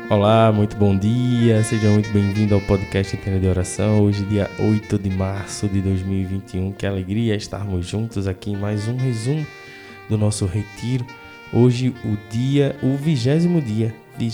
Olá, muito bom dia, seja muito bem-vindo ao podcast Entenda de Oração. Hoje, dia 8 de março de 2021, que alegria estarmos juntos aqui em mais um resumo do nosso retiro. Hoje, o 20º dia.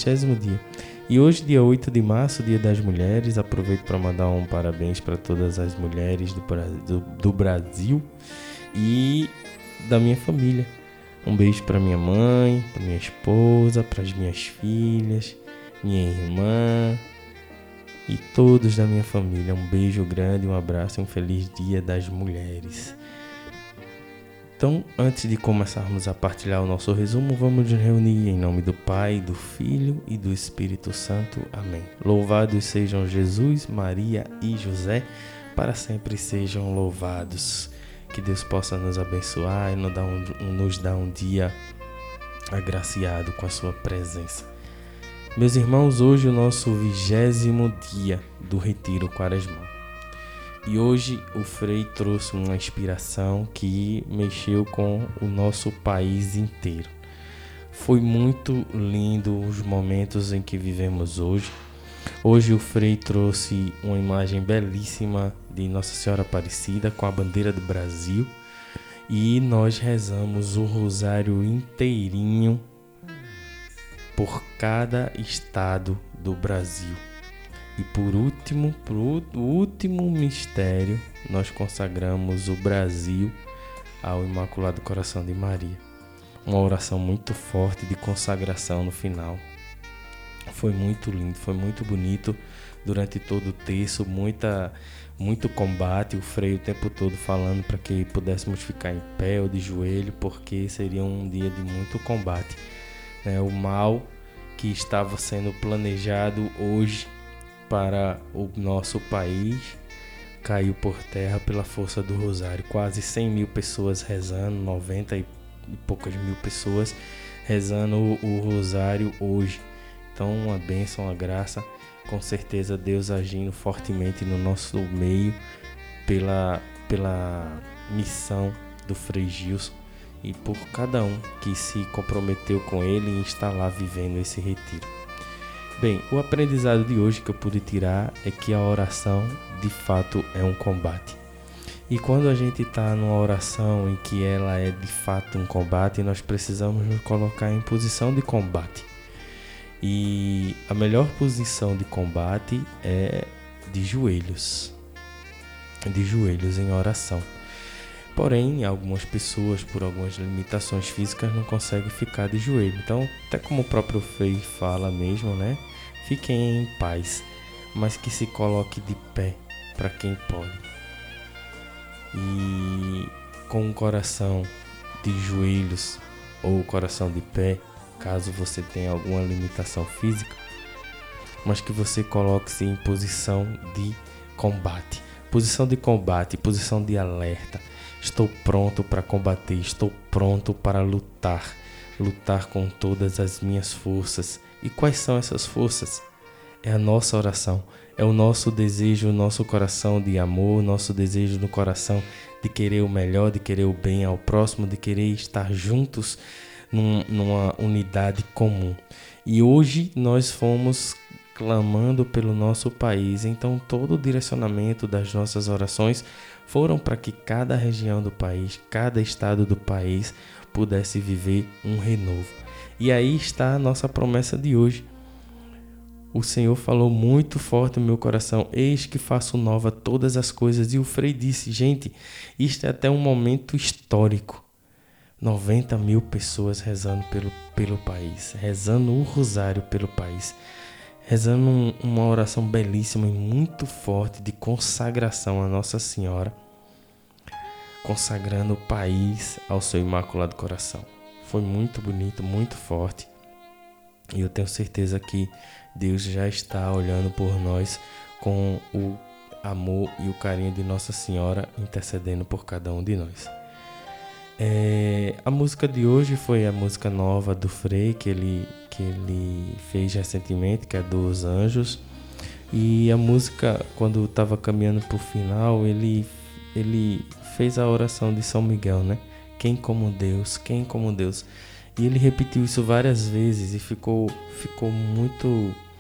E hoje, dia 8 de março, dia das mulheres, aproveito para mandar um parabéns para todas as mulheres do Brasil e da minha família. Um beijo para minha mãe, para minha esposa, para as minhas filhas, minha irmã e todos da minha família. Um beijo grande, um abraço e um feliz Dia das Mulheres. Então, antes de começarmos a partilhar o nosso resumo, vamos nos reunir em nome do Pai, do Filho e do Espírito Santo. Amém. Louvados sejam Jesus, Maria e José, para sempre sejam louvados. Que Deus possa nos abençoar e nos dar um dia agraciado com a sua presença. Meus irmãos, hoje é o nosso 20º dia do Retiro Quaresmal. E hoje o Frei trouxe uma inspiração que mexeu com o nosso país inteiro. Foi muito lindo os momentos em que vivemos hoje. Hoje o Frei trouxe uma imagem belíssima de Nossa Senhora Aparecida com a bandeira do Brasil. E nós rezamos o rosário inteirinho por cada estado do Brasil. E por último, o último mistério, nós consagramos o Brasil ao Imaculado Coração de Maria. Uma oração muito forte de consagração no final. Foi muito lindo, foi muito bonito durante todo o terço, muito combate, o Frei o tempo todo falando para que pudéssemos ficar em pé ou de joelho, porque seria um dia de muito combate. O mal que estava sendo planejado hoje para o nosso país caiu por terra pela força do rosário. Quase 100 mil pessoas rezando, 90 e poucas mil pessoas rezando o rosário hoje. Então, uma bênção, uma graça, com certeza Deus agindo fortemente no nosso meio pela missão do Frei Gilson e por cada um que se comprometeu com ele em estar lá vivendo esse retiro. Bem, o aprendizado de hoje que eu pude tirar é que a oração de fato é um combate. E quando a gente está numa oração em que ela é de fato um combate, nós precisamos nos colocar em posição de combate. E a melhor posição de combate é de joelhos em oração. Porém, algumas pessoas, por algumas limitações físicas, não conseguem ficar de joelho. Então, até como o próprio Frei fala mesmo, fiquem em paz, mas que se coloque de pé para quem pode. E com o coração de joelhos ou o coração de pé, caso você tenha alguma limitação física, mas que você coloque-se em posição de combate. Posição de combate, posição de alerta. Estou pronto para combater, estou pronto para lutar com todas as minhas forças. E quais são essas forças? É a nossa oração, é o nosso desejo, o nosso coração de amor, o nosso desejo no coração de querer o melhor, de querer o bem ao próximo, de querer estar juntos numa unidade comum. E hoje nós fomos clamando pelo nosso país, então todo o direcionamento das nossas orações foram para que cada região do país, cada estado do país pudesse viver um renovo. E aí está a nossa promessa de hoje. O Senhor falou muito forte no meu coração: eis que faço nova todas as coisas. E o Frei disse: gente, isto é até um momento histórico. 90 mil pessoas rezando pelo país, rezando o rosário pelo país, rezando uma oração belíssima e muito forte de consagração a Nossa Senhora, consagrando o país ao seu Imaculado Coração. Foi muito bonito, muito forte, e eu tenho certeza que Deus já está olhando por nós com o amor e o carinho de Nossa Senhora intercedendo por cada um de nós. A música de hoje foi a música nova do Frei que ele fez recentemente, que é dos Anjos. E a música, quando estava caminhando para o final, ele fez a oração de São Miguel, Quem como Deus, quem como Deus. E ele repetiu isso várias vezes e ficou muito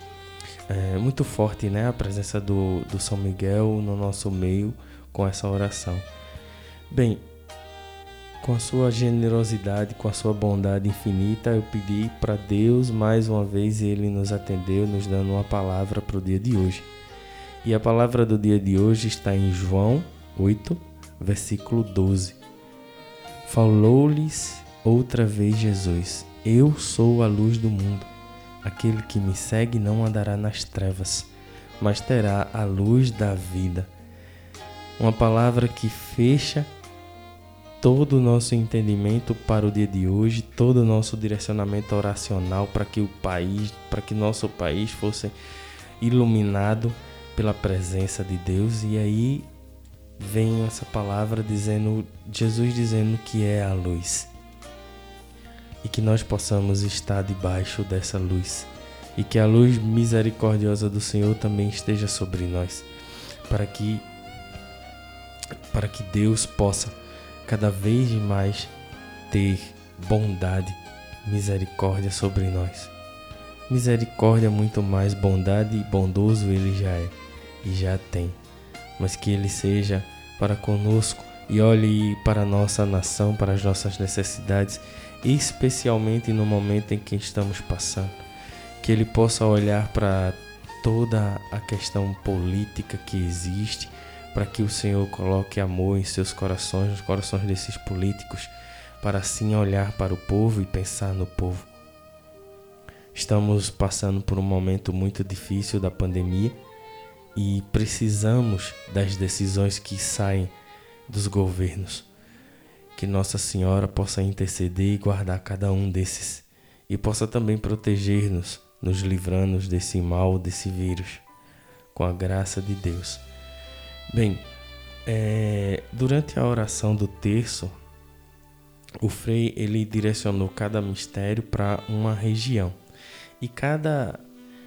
muito forte, né? A presença do São Miguel no nosso meio com essa oração. Bem, com a sua generosidade, com a sua bondade infinita, eu pedi para Deus mais uma vez e Ele nos atendeu, nos dando uma palavra para o dia de hoje. E a palavra do dia de hoje está em João 8, versículo 12. Falou-lhes outra vez Jesus: Eu sou a luz do mundo. Aquele que me segue não andará nas trevas, mas terá a luz da vida. Uma palavra que fecha todo o nosso entendimento para o dia de hoje, todo o nosso direcionamento oracional para que nosso país fosse iluminado pela presença de Deus. E aí vem essa palavra Jesus dizendo que é a luz. E que nós possamos estar debaixo dessa luz. E que a luz misericordiosa do Senhor também esteja sobre nós. Para que Deus possa cada vez mais ter bondade, misericórdia sobre nós. Misericórdia muito mais, bondade e bondoso Ele já é e já tem. Mas que Ele seja para conosco e olhe para a nossa nação, para as nossas necessidades, especialmente no momento em que estamos passando. Que Ele possa olhar para toda a questão política que existe, para que o Senhor coloque amor em seus corações, nos corações desses políticos, para assim olhar para o povo e pensar no povo. Estamos passando por um momento muito difícil da pandemia e precisamos das decisões que saem dos governos. Que Nossa Senhora possa interceder e guardar cada um desses e possa também proteger-nos, nos livrando desse mal, desse vírus, com a graça de Deus. Bem, durante a oração do terço, o Frei ele direcionou cada mistério para uma região e cada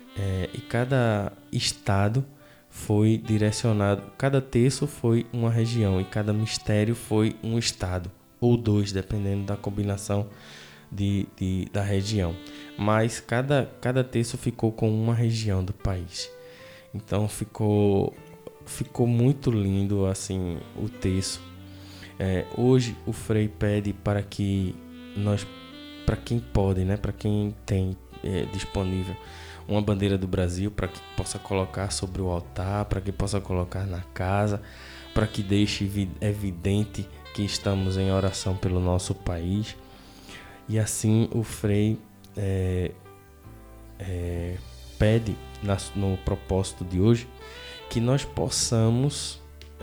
estado foi direcionado, cada terço foi uma região e cada mistério foi um estado ou dois, dependendo da combinação da região, mas cada terço ficou com uma região do país. Então ficou muito lindo assim o terço. Hoje o Frei pede para que nós, para quem pode, né, para quem tem disponível uma bandeira do Brasil, para que possa colocar sobre o altar, para que possa colocar na casa, para que deixe evidente que estamos em oração pelo nosso país. E assim o Frei pede no propósito de hoje que nós possamos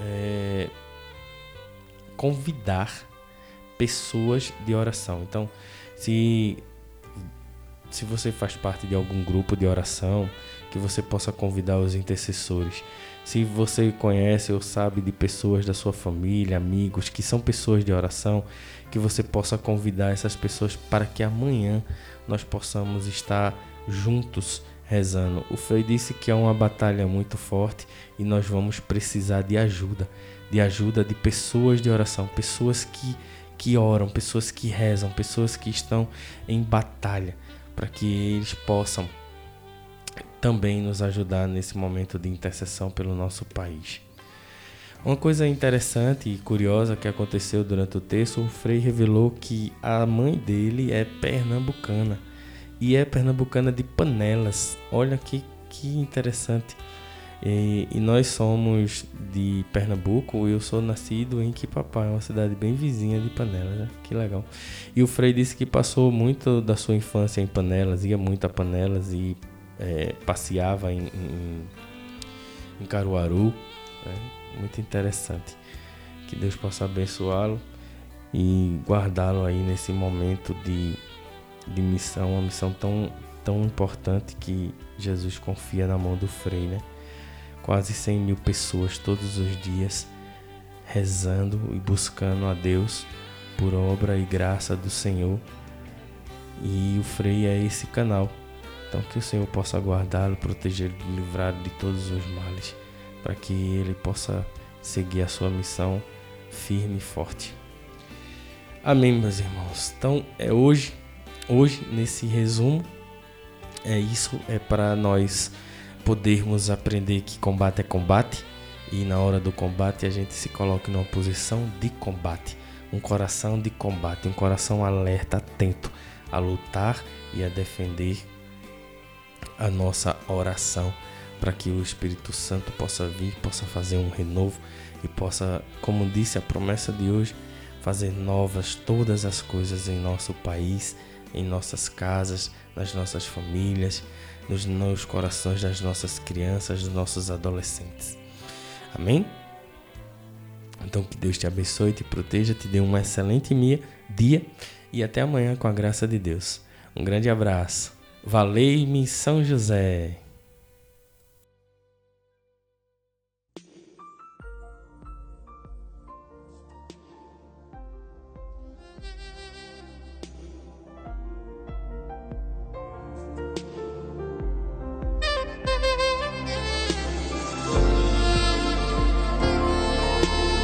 convidar pessoas de oração. Então, se você faz parte de algum grupo de oração, que você possa convidar os intercessores. Se você conhece ou sabe de pessoas da sua família, amigos, que são pessoas de oração, que você possa convidar essas pessoas para que amanhã nós possamos estar juntos rezando. O Frei disse que é uma batalha muito forte e nós vamos precisar de ajuda de pessoas de oração, pessoas que oram, pessoas que rezam, pessoas que estão em batalha, para que eles possam também nos ajudar nesse momento de intercessão pelo nosso país. Uma coisa interessante e curiosa que aconteceu durante o terço, o Frei revelou que a mãe dele é pernambucana, e é pernambucana de Panelas. Olha que interessante. E nós somos de Pernambuco. Eu sou nascido em Quipapá, uma cidade bem vizinha de Panelas, né? Que legal. E o Frei disse que passou muito da sua infância em Panelas, ia muito a Panelas e passeava em Caruaru, né? Muito interessante. Que Deus possa abençoá-lo e guardá-lo aí nesse momento de missão, uma missão tão importante que Jesus confia na mão do Frei, né? Quase 100 mil pessoas todos os dias rezando e buscando a Deus por obra e graça do Senhor. E o Frei é esse canal. Então que o Senhor possa guardá-lo, protegê-lo, livrá-lo de todos os males, para que ele possa seguir a sua missão firme e forte. Amém, meus irmãos. Então hoje nesse resumo, isso é para nós podermos aprender que combate é combate, e na hora do combate a gente se coloque numa posição de combate, um coração de combate, um coração alerta, atento a lutar e a defender a nossa oração, para que o Espírito Santo possa vir, possa fazer um renovo e possa, como disse a promessa de hoje, fazer novas todas as coisas em nosso país, em nossas casas, nas nossas famílias, nos corações das nossas crianças, dos nossos adolescentes. Amém? Então que Deus te abençoe, te proteja, te dê um excelente dia e até amanhã com a graça de Deus. Um grande abraço. Valei-me São José!